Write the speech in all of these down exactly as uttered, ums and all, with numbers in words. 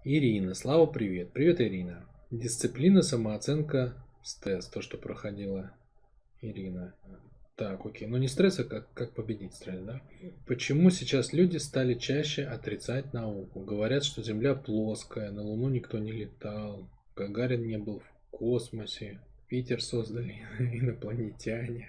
Ирина, Слава, привет. Привет, Ирина. Дисциплина, самооценка, стресс, то, что проходила Ирина. Так, окей. Ну не стресс, а как, как победить стресс, да? Почему сейчас люди стали чаще отрицать науку? Говорят, что Земля плоская, на Луну никто не летал, Гагарин не был в космосе, Питер создали инопланетяне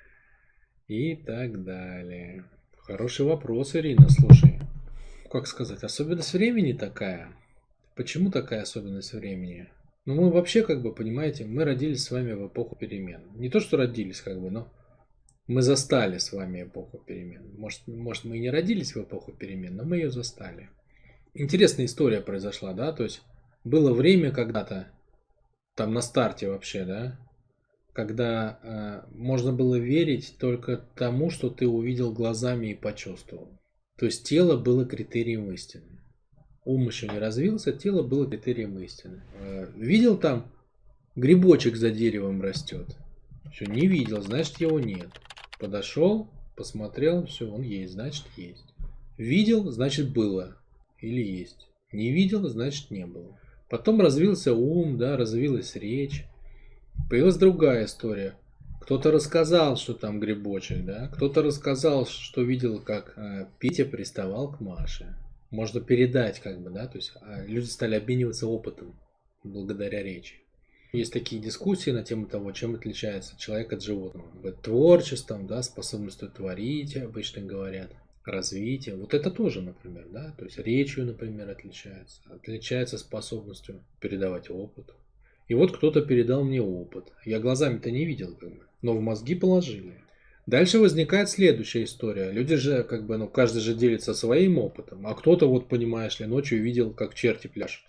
и так далее. Хороший вопрос, Ирина, слушай. Как сказать, особенность времени такая. Почему такая особенность времени? Ну, мы вообще, как бы, понимаете, мы родились с вами в эпоху перемен. Не то, что родились, как бы, но мы застали с вами эпоху перемен. Может, может, мы и не родились в эпоху перемен, но мы ее застали. Интересная история произошла, да, то есть было время когда-то, там на старте вообще, да, когда э, можно было верить только тому, что ты увидел глазами и почувствовал. То есть тело было критерием истины. Ум еще не развился, тело было критерием истины. Э, Видел там грибочек за деревом растет? Все, не видел, значит его нет. Подошел, посмотрел, все, он есть, значит есть. Видел, значит было или есть. Не видел, значит не было. Потом развился ум, да, развилась речь. Появилась другая история. Кто-то рассказал, что там грибочек, да? Кто-то рассказал, что видел, как э, Петя приставал к Маше. Можно передать, как бы, да, то есть а люди стали обмениваться опытом благодаря речи. Есть такие дискуссии на тему того, чем отличается человек от животного. Творчеством, да, способностью творить, обычно говорят, развитие. Вот это тоже, например, да, то есть речью, например, отличается. Отличается способностью передавать опыт. И вот кто-то передал мне опыт. Я глазами-то не видел, как бы, но в мозги положили. Дальше возникает следующая история. Люди же, как бы, ну, каждый же делится своим опытом. А кто-то, вот, понимаешь ли, ночью видел, как черти пляшут.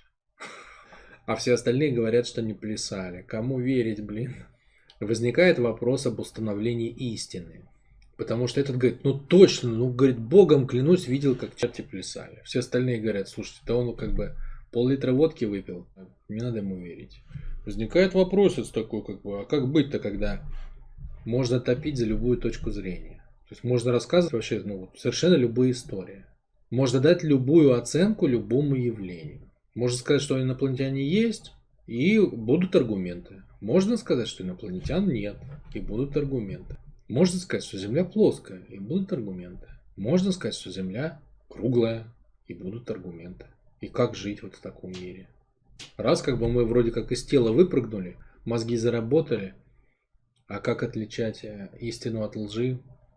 А все остальные говорят, что не плясали. Кому верить, блин? Возникает вопрос об установлении истины. Потому что этот говорит, ну точно, ну, говорит, богом клянусь, видел, как черти плясали. Все остальные говорят, слушайте, да он как бы пол-литра водки выпил, не надо ему верить. Возникает вопрос такой, как бы, а как быть-то, когда можно топить за любую точку зрения? То есть можно рассказывать вообще, ну, совершенно любые истории. Можно дать любую оценку любому явлению. Можно сказать, что инопланетяне есть, и будут аргументы. Можно сказать, что инопланетян нет, и будут аргументы. Можно сказать, что Земля плоская, и будут аргументы. Можно сказать, что Земля круглая, и будут аргументы. И как жить вот в таком мире? Раз как бы мы вроде как из тела выпрыгнули, мозги заработали, а как отличать истину от лжи,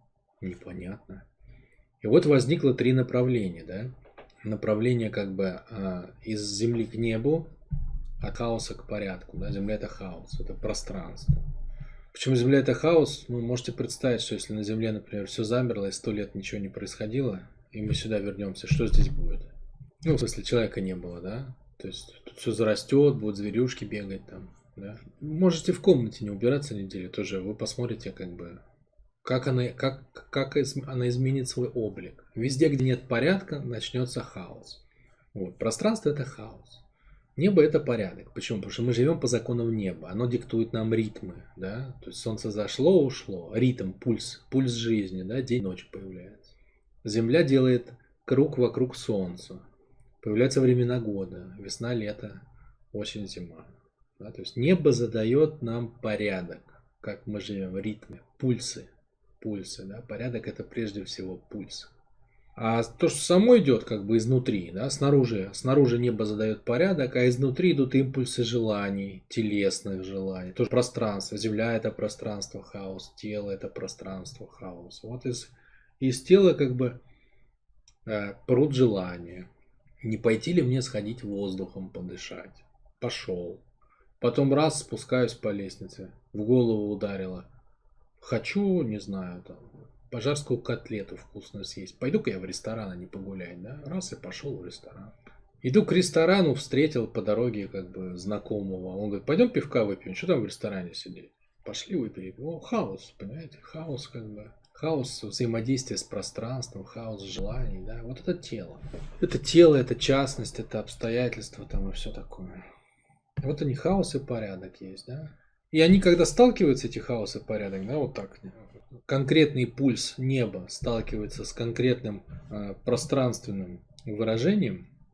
непонятно. И вот возникло три направления, да? Направление как бы э, из Земли к небу, от хаоса к порядку. Да? Земля это хаос, это пространство. Почему Земля это хаос? Вы можете представить, что если на Земле, например, все замерло и сто лет ничего не происходило, и мы сюда вернемся, что здесь будет? Ну, в смысле, человека не было, да? То есть тут все зарастет, будут зверюшки бегать там, да? Можете в комнате не убираться неделю тоже, вы посмотрите, как бы, как она, как, как она изменит свой облик. Везде, где нет порядка, начнется хаос. Вот. Пространство это хаос. Небо это порядок. Почему? Потому что мы живем по законам неба. Оно диктует нам ритмы. Да? То есть солнце зашло, ушло. Ритм, пульс, пульс жизни. Да? День, ночь появляется. Земля делает круг вокруг солнца. Появляются времена года. Весна, лето, осень, зима. Да? То есть небо задает нам порядок. Как мы живем в ритме. Пульсы. Пульсы. Да? Порядок это прежде всего пульс. А то, что само идет как бы изнутри, да, снаружи, снаружи небо задает порядок, а изнутри идут импульсы желаний, телесных желаний. Тоже пространство. Земля это пространство, хаос. Тело это пространство, хаос. Вот из, из тела как бы э, прут желания. Не пойти ли мне сходить воздухом подышать? Пошел. Потом раз спускаюсь по лестнице. В голову ударило. Хочу, не знаю, там, пожарскую котлету вкусную съесть. Пойду-ка я в ресторан, а не погулять, да? Раз и пошел в ресторан. Иду к ресторану, встретил по дороге как бы знакомого. Он говорит, пойдем пивка выпьем, что там в ресторане сидеть? Пошли выпили. О, хаос, понимаете? Хаос как бы. Хаос взаимодействия с пространством, хаос желаний, да? Вот это тело. Это тело, это частность, это обстоятельства там и все такое. Вот они, хаос и порядок есть, да? И они, когда сталкиваются, эти хаос и порядок, да, вот так, конкретный пульс неба сталкивается с конкретным э, пространственным выражением,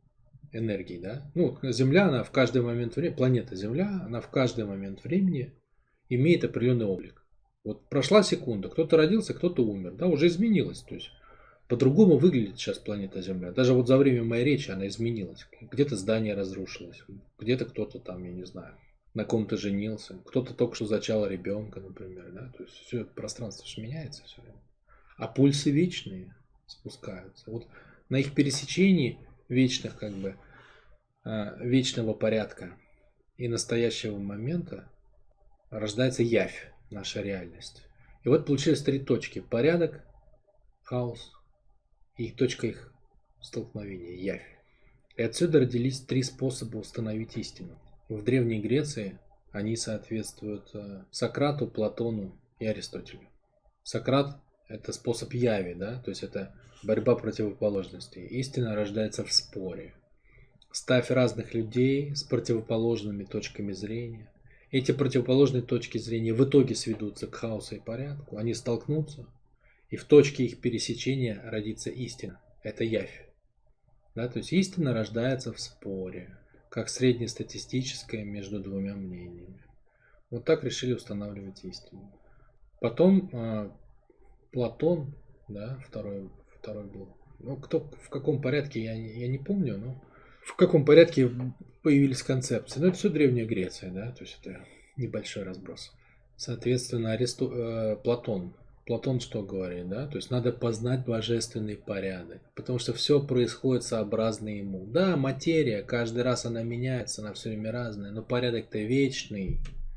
энергии, да. Ну, Земля, она в каждый момент времени, планета Земля, она в каждый момент времени имеет определенный облик. Вот прошла секунда, кто-то родился, кто-то умер, да, уже изменилось. То есть по-другому выглядит сейчас планета Земля. Даже вот за время моей речи она изменилась. Где-то здание разрушилось, где-то кто-то там, я не знаю, на ком-то женился, кто-то только что зачал ребенка, например, да. То есть все пространство же меняется все время. А пульсы вечные спускаются. Вот на их пересечении вечных, как бы, вечного порядка и настоящего момента рождается явь, наша реальность. И вот получились три точки: порядок, хаос и точка их столкновения, явь. И отсюда родились три способа установить истину. В Древней Греции они соответствуют Сократу, Платону и Аристотелю. Сократ – это способ яви, да, то есть это борьба противоположностей. Истина рождается в споре. Ставь разных людей с противоположными точками зрения. Эти противоположные точки зрения в итоге сведутся к хаосу и порядку. Они столкнутся, и в точке их пересечения родится истина. Это явь. Да, то есть истина рождается в споре, как среднестатистическое между двумя мнениями. Вот так решили устанавливать истину. Потом э, Платон, да, второй, второй был. Ну, кто в каком порядке, я, я не помню, но в каком порядке появились концепции. Ну, это все Древняя Греция, да, то есть это небольшой разброс. Соответственно, Аристо... э, Платон. Платон что говорит, да? То есть надо познать божественный порядок, потому что все происходит сообразно ему. Да, материя, каждый раз она меняется, она все время разная, но порядок-то вечный.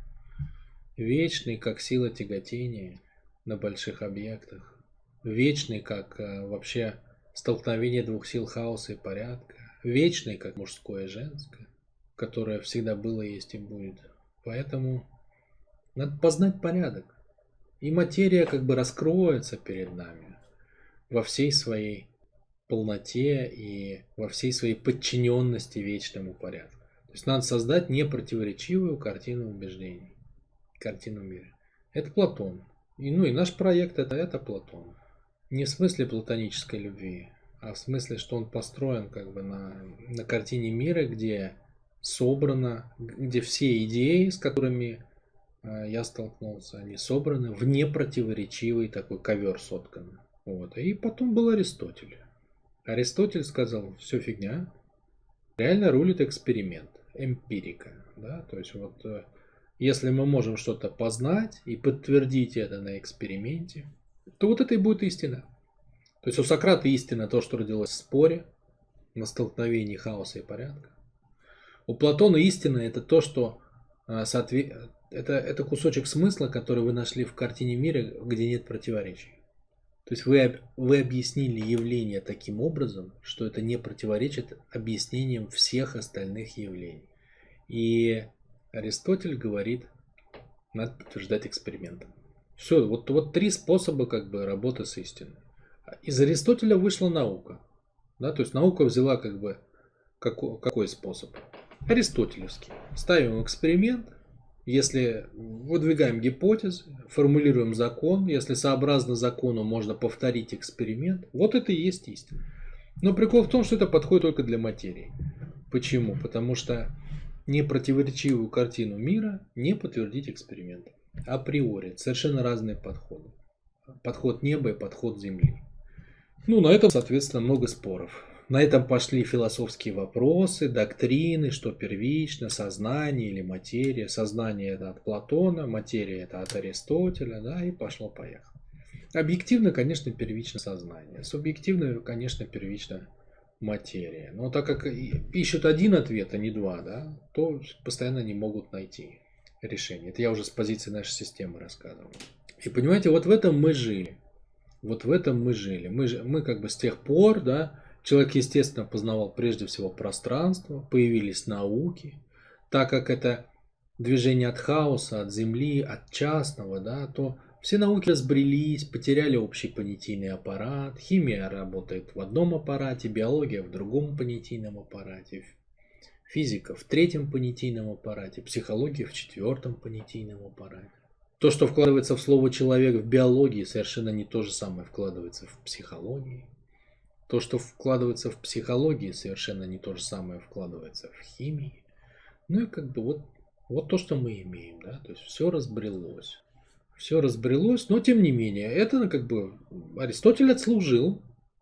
Вечный, как сила тяготения на больших объектах. Вечный, как э, вообще столкновение двух сил хаоса и порядка. Вечный, как мужское и женское, которое всегда было, есть и будет. Поэтому надо познать порядок. И материя как бы раскроется перед нами во всей своей полноте и во всей своей подчиненности вечному порядку. То есть надо создать непротиворечивую картину убеждений, картину мира. Это Платон. И, ну и наш проект это, это Платон. Не в смысле платонической любви, а в смысле, что он построен как бы на, на картине мира, где собрано, где все идеи, с которыми я столкнулся, они собраны в непротиворечивый такой ковер соткан. Вот. И потом был Аристотель. Аристотель сказал, все фигня. Реально рулит эксперимент, эмпирика. Да? То есть вот если мы можем что-то познать и подтвердить это на эксперименте, то вот это и будет истина. То есть у Сократа истина то, что родилось в споре, на столкновении хаоса и порядка. У Платона истина это то, что соответствует. Это, это кусочек смысла, который вы нашли в картине мира, где нет противоречий. То есть вы, вы объяснили явление таким образом, что это не противоречит объяснениям всех остальных явлений. И Аристотель говорит, надо подтверждать экспериментом. Все, вот, вот три способа как бы работы с истиной. Из Аристотеля вышла наука. Да, то есть наука взяла как бы какой, какой способ? Аристотелевский. Ставим эксперимент. Если выдвигаем гипотезы, формулируем закон, если сообразно закону можно повторить эксперимент, вот это и есть истина. Но прикол в том, что это подходит только для материи. Почему? Потому что непротиворечивую картину мира не подтвердить экспериментом. Априори. Совершенно разные подходы. Подход неба и подход земли. Ну, на этом, соответственно, много споров. На этом пошли философские вопросы, доктрины, что первично, сознание или материя. Сознание это от Платона, материя это от Аристотеля, да, и пошло-поехало. Объективно, конечно, первично сознание. Субъективно, конечно, первично материя. Но так как ищут один ответ, а не два, да, то постоянно не могут найти решение. Это я уже с позиции нашей системы рассказывал. И понимаете, вот в этом мы жили. Вот в этом мы жили. Мы, мы как бы с тех пор, да, человек, естественно, познавал прежде всего пространство, появились науки, так как это движение от хаоса, от земли, от частного, да, то все науки разбрелись, потеряли общий понятийный аппарат, химия работает в одном аппарате, биология в другом понятийном аппарате, физика в третьем понятийном аппарате, психология в четвертом понятийном аппарате. То, что вкладывается в слово человек в биологии, совершенно не то же самое вкладывается в психологии. То, что вкладывается в психологии, совершенно не то же самое вкладывается в химии. Ну и как бы вот, вот то, что мы имеем, да, то есть все разбрелось. Все разбрелось, но тем не менее, это как бы Аристотель отслужил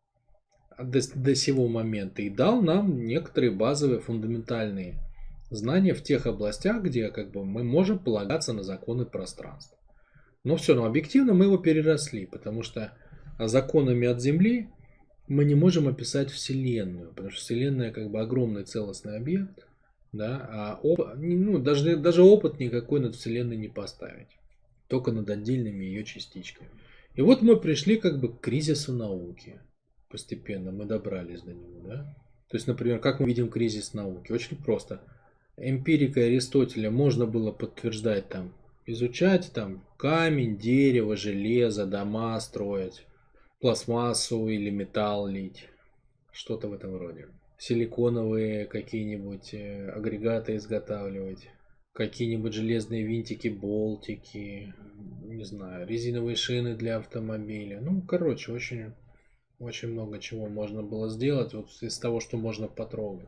до, до сего момента и дал нам некоторые базовые фундаментальные знания в тех областях, где как бы мы можем полагаться на законы пространства. Но все равно объективно мы его переросли, потому что законами от Земли мы не можем описать Вселенную, потому что Вселенная как бы огромный целостный объект, да, а оп, ну, даже, даже опыт никакой над Вселенной не поставить, только над отдельными ее частичками. И вот мы пришли как бы к кризису науки. Постепенно мы добрались до него, да. То есть, например, как мы видим кризис науки? Очень просто. Эмпирикой Аристотеля можно было подтверждать там, изучать там камень, дерево, железо, дома строить, пластмассу или металл лить, что-то в этом роде. Силиконовые какие-нибудь агрегаты изготавливать, какие-нибудь железные винтики, болтики, не знаю, резиновые шины для автомобиля. Ну, короче, очень, очень много чего можно было сделать вот из того, что можно потрогать.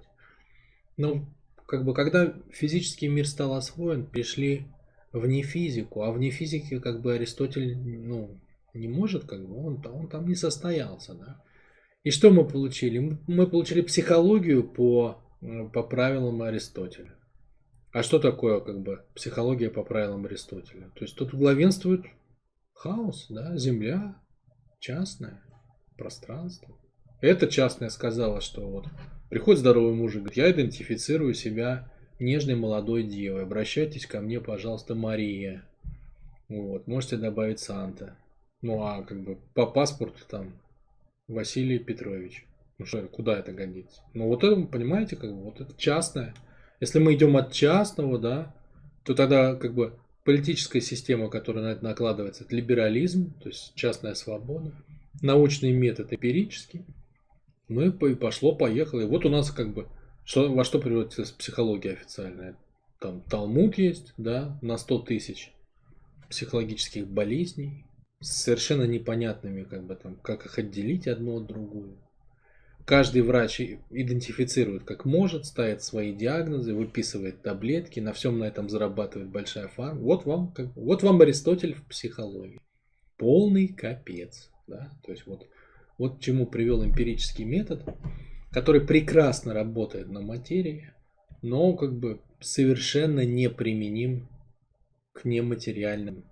Но как бы когда физический мир стал освоен, пришли вне физику, а вне физики как бы Аристотель, ну, не может, как бы он, он там не состоялся, да. И что мы получили? Мы получили психологию по, по правилам Аристотеля. А что такое как бы психология по правилам Аристотеля? То есть тут главенствует хаос, да, земля, частное, пространство. Это частное сказала, что вот приходит здоровый мужик, говорит, я идентифицирую себя нежной молодой девой, обращайтесь ко мне, пожалуйста, Мария. Вот, можете добавить Санта. Ну а как бы по паспорту там Василий Петрович. Ну что, куда это годится? Ну вот это, понимаете, как бы вот это частное. Если мы идем от частного, да, то тогда как бы политическая система, которая на это накладывается, это либерализм, то есть частная свобода, научный метод эмпирический. Ну и пошло-поехало. И вот у нас как бы что, во что превратилась психология официальная. Там Талмуд есть, да, на сто тысяч психологических болезней с совершенно непонятными, как бы там, как их отделить одну от другую. Каждый врач идентифицирует как может, ставит свои диагнозы, выписывает таблетки, на всем на этом зарабатывает большая фарма. Вот вам, как, вот вам Аристотель в психологии. Полный капец. Да? То есть вот, вот к чему привел эмпирический метод, который прекрасно работает на материи, но как бы совершенно неприменим к нематериальным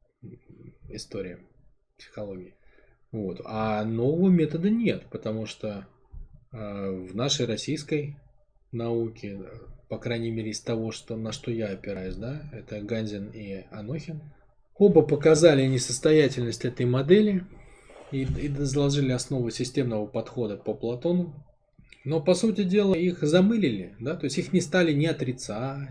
историям психологии. Вот. А нового метода нет, потому что э, в нашей российской науке, по крайней мере из того, что, на что я опираюсь, да, это Ганзин и Анохин, оба показали несостоятельность этой модели и, и заложили основу системного подхода по Платону. Но, по сути дела, их замылили, да, то есть их не стали не отрицать,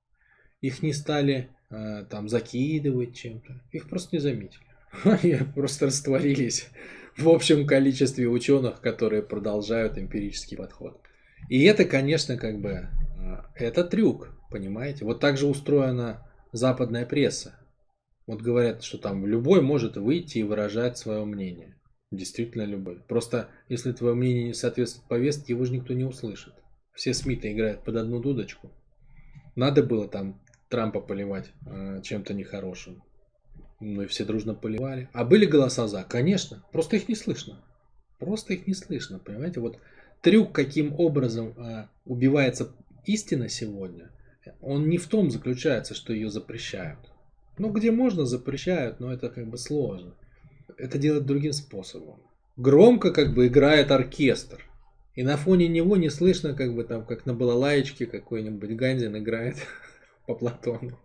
их не стали э, там закидывать чем-то, их просто не заметили. Они просто растворились в общем количестве ученых, которые продолжают эмпирический подход. И это, конечно, как бы, э, это трюк, понимаете? Вот так же устроена западная пресса. Вот говорят, что там любой может выйти и выражать свое мнение. Действительно любой. Просто если твое мнение не соответствует повестке, его же никто не услышит. Все СМИ-то играют под одну дудочку. Надо было там Трампа поливать э, чем-то нехорошим. Ну и все дружно поливали. А были голоса за? Конечно. Просто их не слышно. Просто их не слышно. Понимаете? Вот трюк, каким образом э, убивается истина сегодня, он не в том заключается, что ее запрещают. Ну, где можно, запрещают, но это как бы сложно. Это делать другим способом. Громко как бы играет оркестр. И на фоне него не слышно, как бы там, как на балалаечке какой-нибудь Ганзин играет по Платону.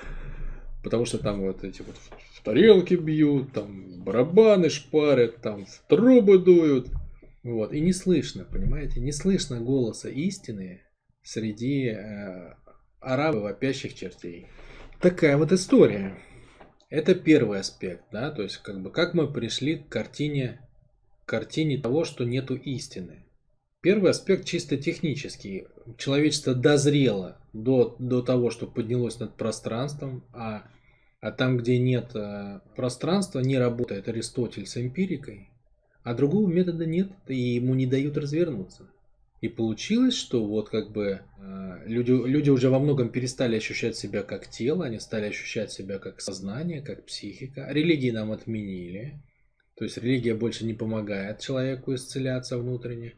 Потому что там вот эти вот в тарелки бьют, там барабаны шпарят, там в трубы дуют. Вот. И не слышно, понимаете, не слышно голоса истины среди э, арабов вопящих чертей. Такая вот история. Это первый аспект, да, то есть как бы как мы пришли к картине, к картине того, что нету истины. Первый аспект чисто технический. Человечество дозрело до, до того, что поднялось над пространством, а, а там, где нет э, пространства, не работает Аристотель с эмпирикой, А другого метода нет, и ему не дают развернуться. И получилось, что вот как бы э, люди, люди уже во многом перестали ощущать себя как тело, они стали ощущать себя как сознание, как психика. Религии нам отменили. То есть религия больше не помогает человеку исцеляться внутренне.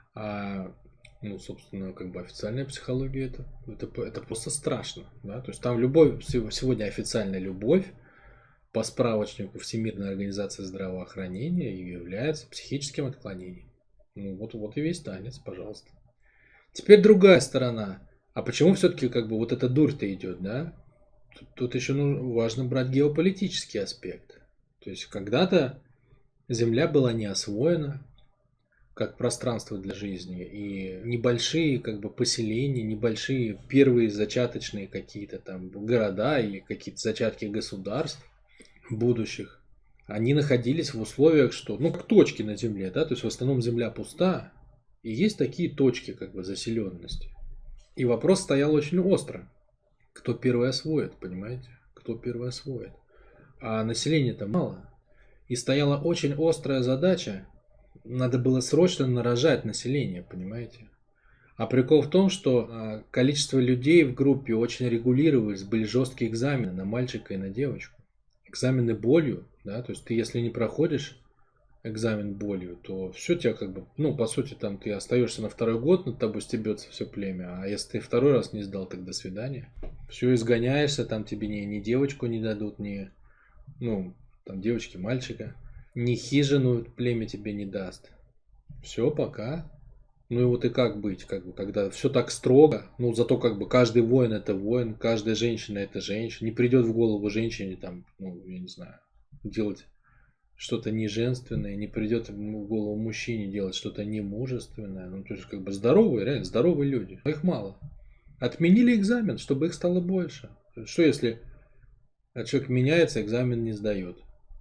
А, ну, собственно, как бы официальная психология это, это, это просто страшно. Да? То есть там любовь, сегодня официальная любовь по справочнику Всемирной организации здравоохранения является психическим отклонением. Ну вот, вот и весь танец, пожалуйста. Теперь другая сторона. А почему все-таки как бы вот эта дурь-то идет, да? Тут, тут еще ну, важно брать геополитический аспект. То есть когда-то Земля была не освоена как пространство для жизни, и небольшие как бы поселения, небольшие первые зачаточные какие-то там города или какие-то зачатки государств будущих, они находились в условиях, что, ну, как точки на Земле, да, то есть в основном Земля пуста, и есть такие точки как бы заселенности. И вопрос стоял очень остро. Кто первый освоит, понимаете? Кто первый освоит? А населения-то мало. И стояла очень острая задача. Надо было срочно нарожать население, понимаете? А прикол в том, что количество людей в группе очень регулировалось, были жесткие экзамены на мальчика и на девочку. Экзамены болью, да, то есть ты если не проходишь экзамен болью, то все тебя как бы, ну, по сути, там ты остаешься на второй год, над тобой стебется все племя, а если ты второй раз не сдал, так до свидания. Все, изгоняешься, там тебе ни, ни девочку не дадут, ни, ну, там девочки, мальчика, ни хижину племя тебе не даст. Все, пока. Ну и вот и как быть, как бы, когда все так строго, ну зато как бы каждый воин это воин, каждая женщина это женщина, не придет в голову женщине там, ну я не знаю, делать что-то неженственное, не придет в голову мужчине делать что-то немужественное, ну то есть как бы здоровые, реально здоровые люди, но их мало. Отменили экзамен, чтобы их стало больше. Что если человек меняется, экзамен не сдает?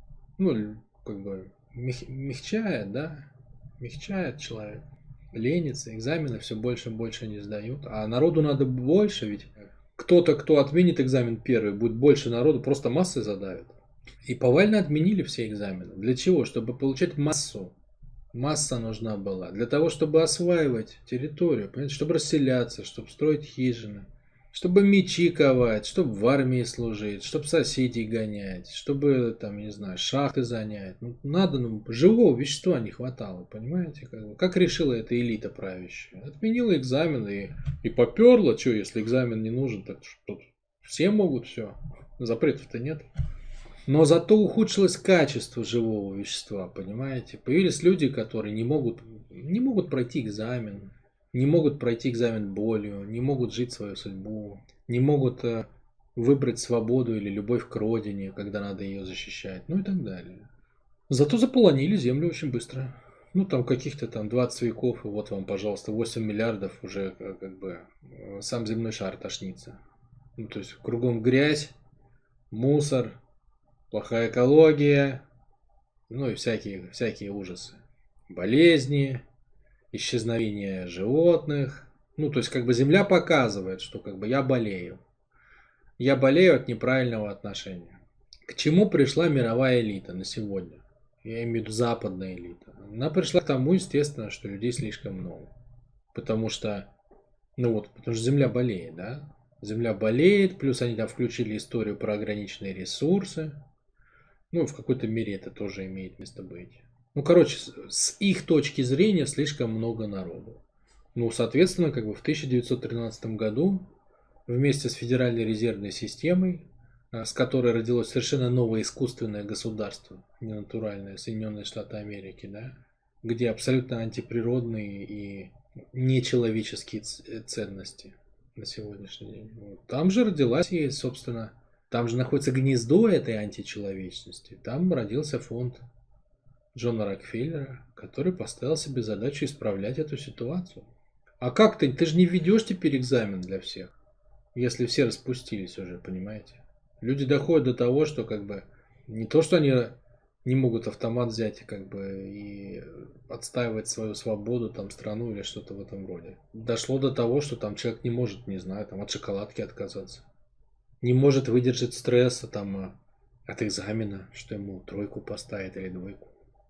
Ну, как бы мягчает, да, мягчает человек. Ленится, экзамены все больше и больше не сдают. А народу надо больше, ведь кто-то, кто отменит экзамен первый, будет больше народу, просто массы задавят. И повально отменили все экзамены. Для чего? Чтобы получать массу. Масса нужна была. Для того, чтобы осваивать территорию, понимаете? Чтобы расселяться, чтобы строить хижины. Чтобы мечи ковать, чтобы в армии служить, чтобы соседей гонять, чтобы, там, не знаю, шахты занять. Ну, надо, ну, живого вещества не хватало, понимаете? Как, как решила эта элита правящая? Отменила экзамен и, и поперла. Что, если экзамен не нужен, так что все могут все. Запретов-то нет. Но зато ухудшилось качество живого вещества, понимаете? Появились люди, которые не могут, не могут пройти экзамен. Не могут пройти экзамен болью, не могут жить свою судьбу, не могут э, выбрать свободу или любовь к родине, когда надо ее защищать, ну и так далее. Зато заполонили землю очень быстро. Ну там каких-то там двадцать веков, и вот вам, пожалуйста, восемь миллиардов уже как бы э, сам земной шар тошнится. Ну то есть кругом грязь, мусор, плохая экология, ну и всякие, всякие ужасы. Болезни, исчезновение животных. Ну, то есть, как бы Земля показывает, что как бы я болею. Я болею от неправильного отношения. К чему пришла мировая элита на сегодня? Я имею в виду западная элита. Она пришла к тому, естественно, что людей слишком много. Потому что, ну вот, потому что Земля болеет, да? Земля болеет, плюс они там включили историю про ограниченные ресурсы. Ну, в какой-то мере это тоже имеет место быть. Ну, короче, с их точки зрения слишком много народу. Ну, соответственно, как бы в тысяча девятьсот тринадцатом году вместе с Федеральной резервной системой, с которой родилось совершенно новое искусственное государство, ненатуральное, Соединенные Штаты Америки, да, где абсолютно антиприродные и нечеловеческие ценности на сегодняшний день. Вот. Там же родилась и, собственно, там же находится гнездо этой античеловечности. Там родился фонд Джона Рокфеллера, который поставил себе задачу исправлять эту ситуацию. А как ты? Ты же не ведешь теперь экзамен для всех, если все распустились уже, понимаете? Люди доходят до того, что как бы не то, что они не могут автомат взять и как бы и отстаивать свою свободу, там, страну или что-то в этом роде. Дошло до того, что там человек не может, не знаю, там, от шоколадки отказаться. Не может выдержать стресса там от экзамена, что ему тройку поставят или двойку.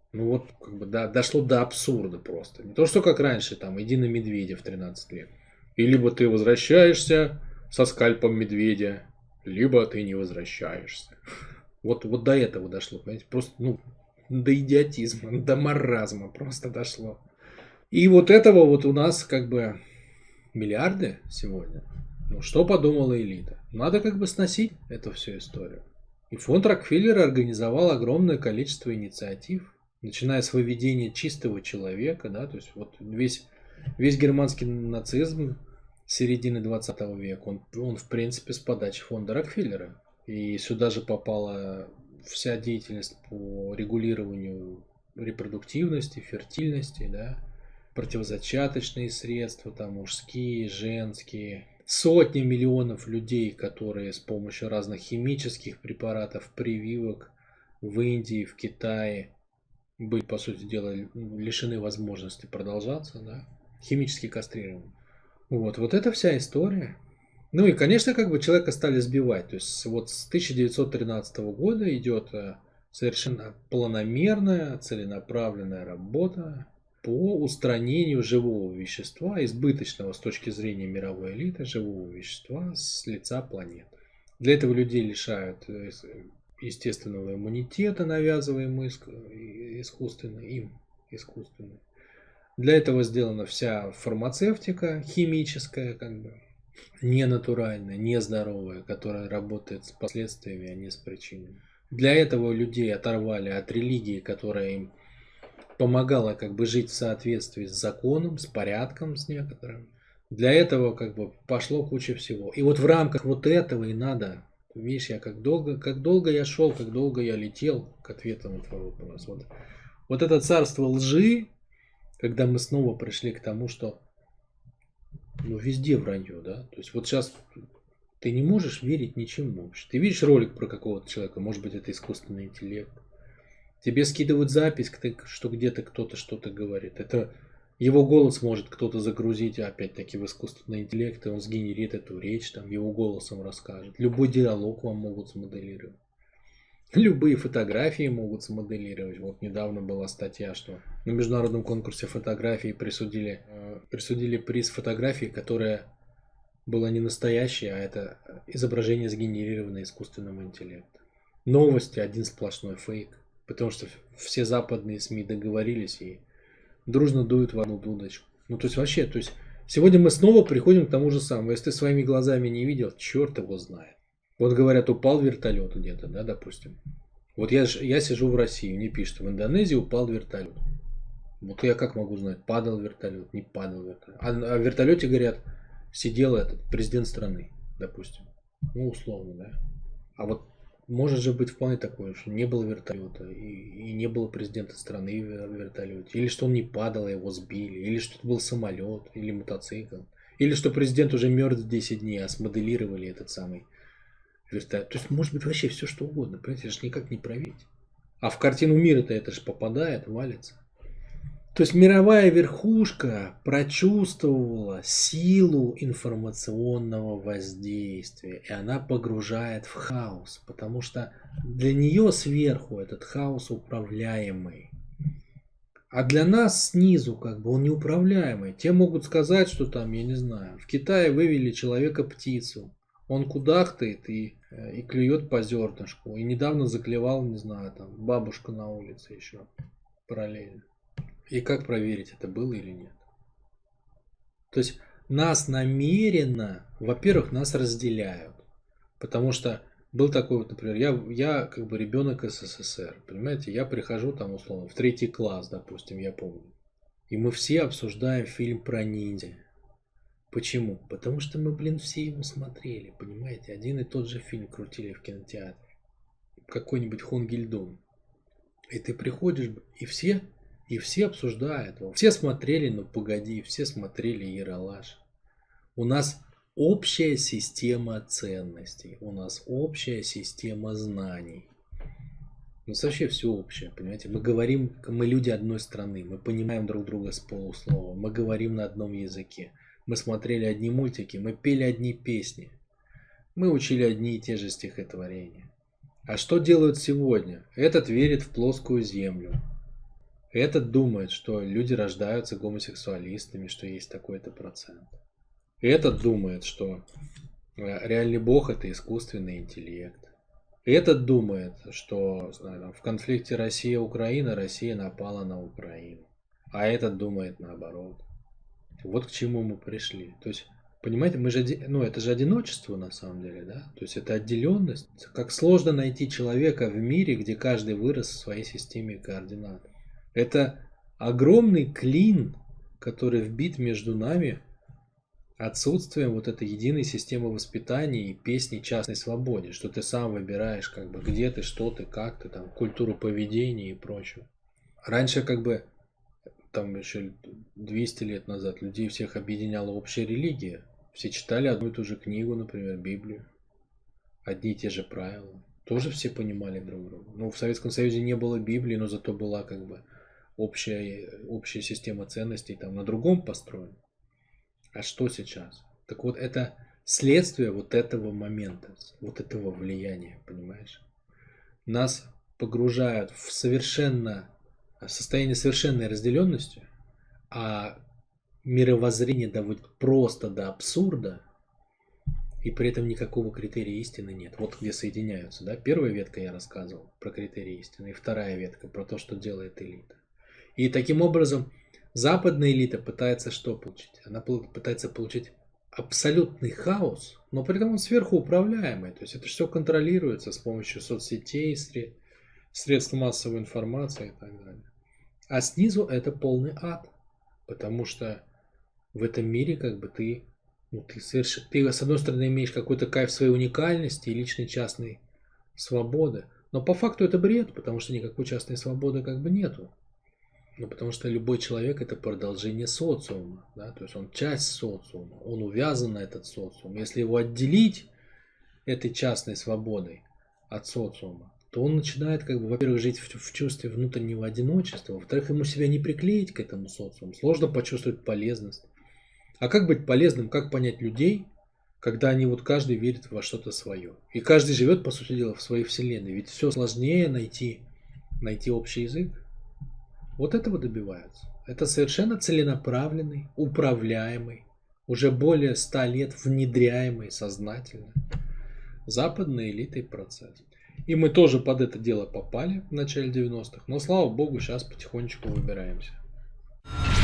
Ну вот, как бы, да, дошло до абсурда просто. Не то, что как раньше, там, иди на медведя в тринадцать лет. И либо ты возвращаешься со скальпом медведя, либо ты не возвращаешься. Вот, вот до этого дошло, понимаете? Просто, ну, до идиотизма, до маразма просто дошло. И вот этого вот у нас как бы миллиарды сегодня. Ну, что подумала элита? Надо как бы сносить эту всю историю. И фонд Рокфеллера организовал огромное количество инициатив, начиная с выведения чистого человека, да, то есть вот весь, весь германский нацизм середины двадцатого века, он, он в принципе с подачи фонда Рокфеллера. И сюда же попала вся деятельность по регулированию репродуктивности, фертильности, да, противозачаточные средства, там мужские, женские, сотни миллионов людей, которые с помощью разных химических препаратов, прививок в Индии, в Китае были, по сути дела, лишены возможности продолжаться, да, химически кастрированы. Вот, вот это вся история. Ну и, конечно, как бы человека стали сбивать. То есть вот с тысяча девятьсот тринадцатого года идет совершенно планомерная, целенаправленная работа по устранению живого вещества, избыточного с точки зрения мировой элиты, живого вещества с лица планеты. Для этого людей лишают естественного иммунитета, навязываемого искусственно, им искусственно. Для этого сделана вся фармацевтика химическая, как бы, не натуральная, не здоровая, которая работает с последствиями, а не с причинами. Для этого людей оторвали от религии, которая им помогала как бы жить в соответствии с законом, с порядком, с некоторым. Для этого как бы пошло куча всего. И вот в рамках вот этого и надо. Видишь, я как долго, как долго я шел, как долго я летел к ответу на твой вопрос. Вот, вот это царство лжи, когда мы снова пришли к тому, что ну, везде вранье, да. То есть вот сейчас ты не можешь верить ничему. Ты видишь ролик про какого-то человека, может быть, это искусственный интеллект. Тебе скидывают запись, что где-то кто-то что-то говорит. Это его голос может кто-то загрузить, опять-таки, в искусственный интеллект, и он сгенерит эту речь, там, его голосом расскажет. Любой диалог вам могут смоделировать. Любые фотографии могут смоделировать. Вот недавно была статья, что на международном конкурсе фотографий присудили, э, присудили приз фотографии, которая была не настоящая, а это изображение, сгенерированное искусственным интеллектом. Новости один сплошной фейк. Потому что все западные СМИ договорились и дружно дуют в одну дудочку. Ну, то есть вообще, то есть сегодня мы снова приходим к тому же самому. Если ты своими глазами не видел, черт его знает. Вот говорят, упал вертолет где-то, да, допустим. Вот я, я сижу в России, мне пишут, в Индонезии упал вертолет. Вот я как могу знать, падал вертолет, не падал вертолет. А, а в вертолете, говорят, сидел этот президент страны, допустим. Ну, условно, да. А вот может же быть вполне такое, что не было вертолета, и, и не было президента страны в вертолете. Или что он не падал, а его сбили. Или что это был самолет, или мотоцикл. Или что президент уже мертв десять дней, а смоделировали этот самый вертолет. То есть может быть вообще все что угодно. Понимаете, это же никак не проверить. А в картину мира-то это же попадает, валится. То есть мировая верхушка прочувствовала силу информационного воздействия, и она погружает в хаос, потому что для нее сверху этот хаос управляемый. А для нас снизу как бы он неуправляемый. Те могут сказать, что там, я не знаю, в Китае вывели человека-птицу. Он кудахтает и, и клюет по зернышку. И недавно заклевал, не знаю, там бабушку на улице еще параллельно. И как проверить, это было или нет? То есть нас намеренно, во-первых, нас разделяют. Потому что был такой вот, например, я, я как бы ребенок СССР, понимаете, я прихожу там условно в третий класс, допустим, я помню. И мы все обсуждаем фильм про ниндзя. Почему? Потому что мы, блин, все его смотрели, понимаете, один и тот же фильм крутили в кинотеатре. Какой-нибудь Хунгильдун. И ты приходишь, и все... И все обсуждают. Все смотрели, ну погоди, все смотрели Ералаш. У нас общая система ценностей. У нас общая система знаний. У нас вообще все общее, понимаете. Мы говорим, мы люди одной страны. Мы понимаем друг друга с полуслова. Мы говорим на одном языке. Мы смотрели одни мультики, мы пели одни песни. Мы учили одни и те же стихотворения. А что делают сегодня? Этот верит в плоскую землю. Этот думает, что люди рождаются гомосексуалистами, что есть такой-то процент. Этот думает, что э, реальный бог это искусственный интеллект. Этот думает, что знаю, там, в конфликте Россия-Украина Россия напала на Украину. А этот думает наоборот. Вот к чему мы пришли. То есть, понимаете, мы же, ну, это же одиночество на самом деле, да? То есть это отделенность. Как сложно найти человека в мире, где каждый вырос в своей системе координат. Это огромный клин, который вбит между нами отсутствием вот этой единой системы воспитания и песни частной свободе, что ты сам выбираешь, как бы, где ты, что ты, как ты, там, культуру поведения и прочее. Раньше, как бы, там еще двести лет назад людей всех объединяла общая религия. Все читали одну и ту же книгу, например, Библию. Одни и те же правила. Тоже все понимали друг друга. Ну, в Советском Союзе не было Библии, но зато была, как бы, общая, общая система ценностей там на другом построена. А что сейчас? Так вот, это следствие вот этого момента, вот этого влияния, понимаешь? Нас погружают в совершенно в состояние совершенной разделенности, а мировоззрение доводит просто до абсурда, и при этом никакого критерия истины нет. Вот где соединяются, да? Первая ветка я рассказывал про критерий истины, и вторая ветка про то, что делает элита. И таким образом западная элита пытается что получить? Она пытается получить абсолютный хаос, но при этом он сверху управляемый. То есть это все контролируется с помощью соцсетей, средств массовой информации и так далее. А снизу это полный ад. Потому что в этом мире как бы ты, ну, ты, соверш... ты с одной стороны имеешь какой-то кайф своей уникальности и личной частной свободы. Но по факту это бред, потому что никакой частной свободы как бы нету. Ну, потому что любой человек это продолжение социума, да, то есть он часть социума, он увязан на этот социум. Если его отделить этой частной свободой от социума, то он начинает, как бы, во-первых, жить в, в чувстве внутреннего одиночества, во-вторых, ему себя не приклеить к этому социуму, сложно почувствовать полезность. А как быть полезным, как понять людей, когда они вот каждый верит во что-то свое? И каждый живет, по сути дела, в своей вселенной. Ведь все сложнее найти, найти общий язык. Вот этого добиваются. Это совершенно целенаправленный, управляемый, уже более ста лет внедряемый сознательно западной элитой процесс. И мы тоже под это дело попали в начале девяностых, но слава богу, сейчас потихонечку выбираемся.